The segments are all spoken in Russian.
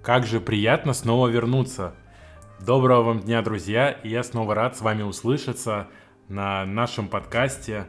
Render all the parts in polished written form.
Как же приятно снова вернуться. Доброго вам дня, друзья, и я снова рад с вами услышаться на нашем подкасте.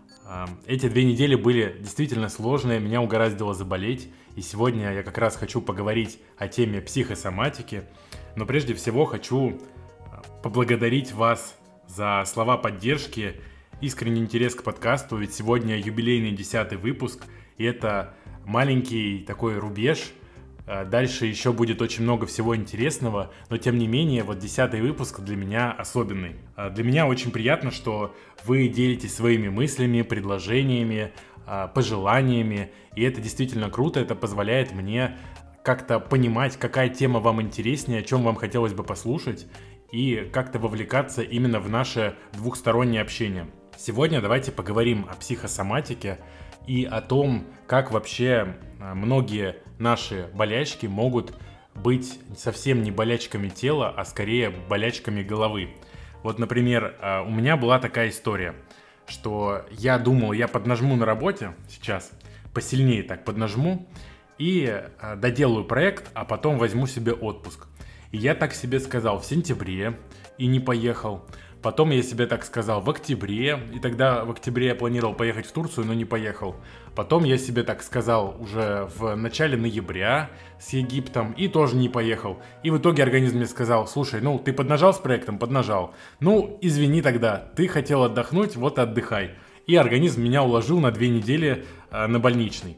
Эти 2 недели были действительно сложные, меня угораздило заболеть, и сегодня я как раз хочу поговорить о теме психосоматики. Но прежде всего хочу поблагодарить вас за слова поддержки, искренний интерес к подкасту, ведь сегодня юбилейный 10-й выпуск, и это маленький такой рубеж. Дальше еще будет очень много всего интересного, но тем не менее, вот 10-й выпуск для меня особенный. Для меня очень приятно, что вы делитесь своими мыслями, предложениями, пожеланиями, и это действительно круто, это позволяет мне как-то понимать, какая тема вам интереснее, о чем вам хотелось бы послушать, и как-то вовлекаться именно в наше двухстороннее общение. Сегодня давайте поговорим о психосоматике и о том, как вообще многие наши болячки могут быть совсем не болячками тела, а скорее болячками головы. Вот, например, у меня была такая история, что я думал, я поднажму на работе сейчас, посильнее так поднажму, и доделаю проект, а потом возьму себе отпуск. И я так себе сказал в сентябре и не поехал. Потом я себе так сказал в октябре, и тогда в октябре я планировал поехать в Турцию, но не поехал. Потом я себе так сказал уже в начале ноября с Египтом, и тоже не поехал. И в итоге организм мне сказал: слушай, ты поднажал с проектом? Поднажал. Извини тогда, ты хотел отдохнуть, вот и отдыхай. И организм меня уложил на 2 недели на больничный.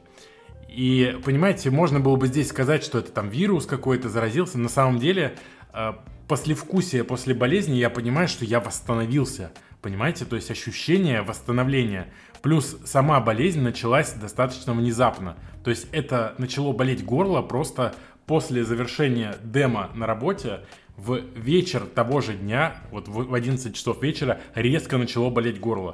И, понимаете, можно было бы здесь сказать, что это там вирус какой-то заразился. На самом деле, послевкусие после болезни, я понимаю, что я восстановился. Понимаете, то есть ощущение восстановления. Плюс сама болезнь началась достаточно внезапно. То есть это начало болеть горло просто после завершения демо на работе. В вечер того же дня, вот в 11 часов вечера, резко начало болеть горло.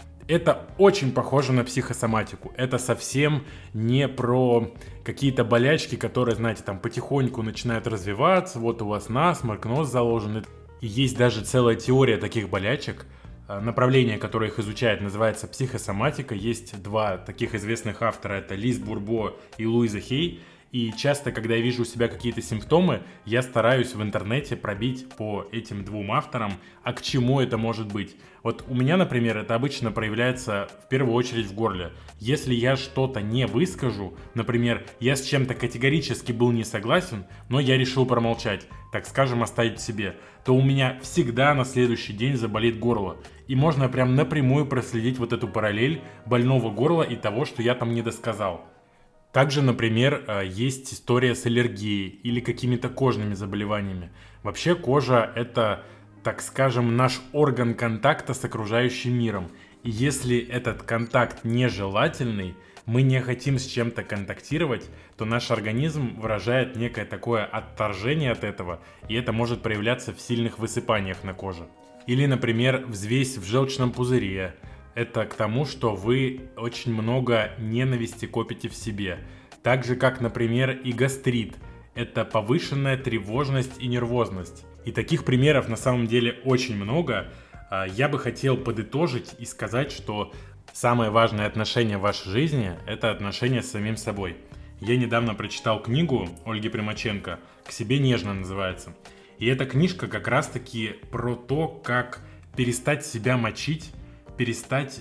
Это очень похоже на психосоматику. Это совсем не про какие-то болячки, которые, знаете, там потихоньку начинают развиваться. Вот у вас насморк, нос заложен. И есть даже целая теория таких болячек. Направление, которое их изучает, называется психосоматика. Есть 2 таких известных автора. Это Лиз Бурбо и Луиза Хей. И часто, когда я вижу у себя какие-то симптомы, я стараюсь в интернете пробить по этим 2 авторам, а к чему это может быть. Вот у меня, например, это обычно проявляется в первую очередь в горле. Если я что-то не выскажу, например, я с чем-то категорически был не согласен, но я решил промолчать, так скажем, оставить в себе, то у меня всегда на следующий день заболит горло. И можно прям напрямую проследить вот эту параллель больного горла и того, что я там не досказал. Также, например, есть история с аллергией или какими-то кожными заболеваниями. Вообще кожа – это, так скажем, наш орган контакта с окружающим миром. И если этот контакт нежелательный, мы не хотим с чем-то контактировать, то наш организм выражает некое такое отторжение от этого, и это может проявляться в сильных высыпаниях на коже. Или, например, взвесь в желчном пузыре. Это к тому, что вы очень много ненависти копите в себе. Так же, как, например, и гастрит. Это повышенная тревожность и нервозность. И таких примеров на самом деле очень много. Я бы хотел подытожить и сказать, что самое важное отношение в вашей жизни – это отношение с самим собой. Я недавно прочитал книгу Ольги Примаченко «К себе нежно» называется. И эта книжка как раз-таки про то, как перестать себя мочить, перестать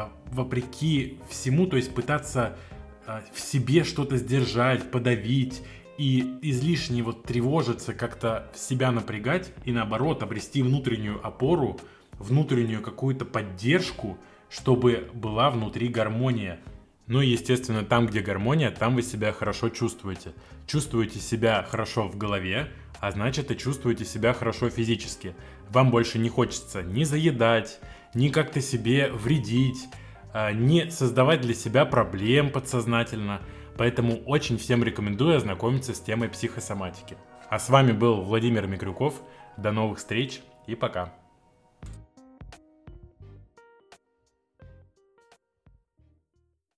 вопреки всему, то есть пытаться в себе что-то сдержать, подавить и излишне тревожиться, как-то себя напрягать и наоборот обрести внутреннюю опору, внутреннюю какую-то поддержку, чтобы была внутри гармония. Ну и естественно там, где гармония, там вы себя хорошо чувствуете. Чувствуете себя хорошо в голове, а значит и чувствуете себя хорошо физически. Вам больше не хочется ни заедать, ни как-то себе вредить, не создавать для себя проблем подсознательно. Поэтому очень всем рекомендую ознакомиться с темой психосоматики. А с вами был Владимир Микрюков. До новых встреч и пока.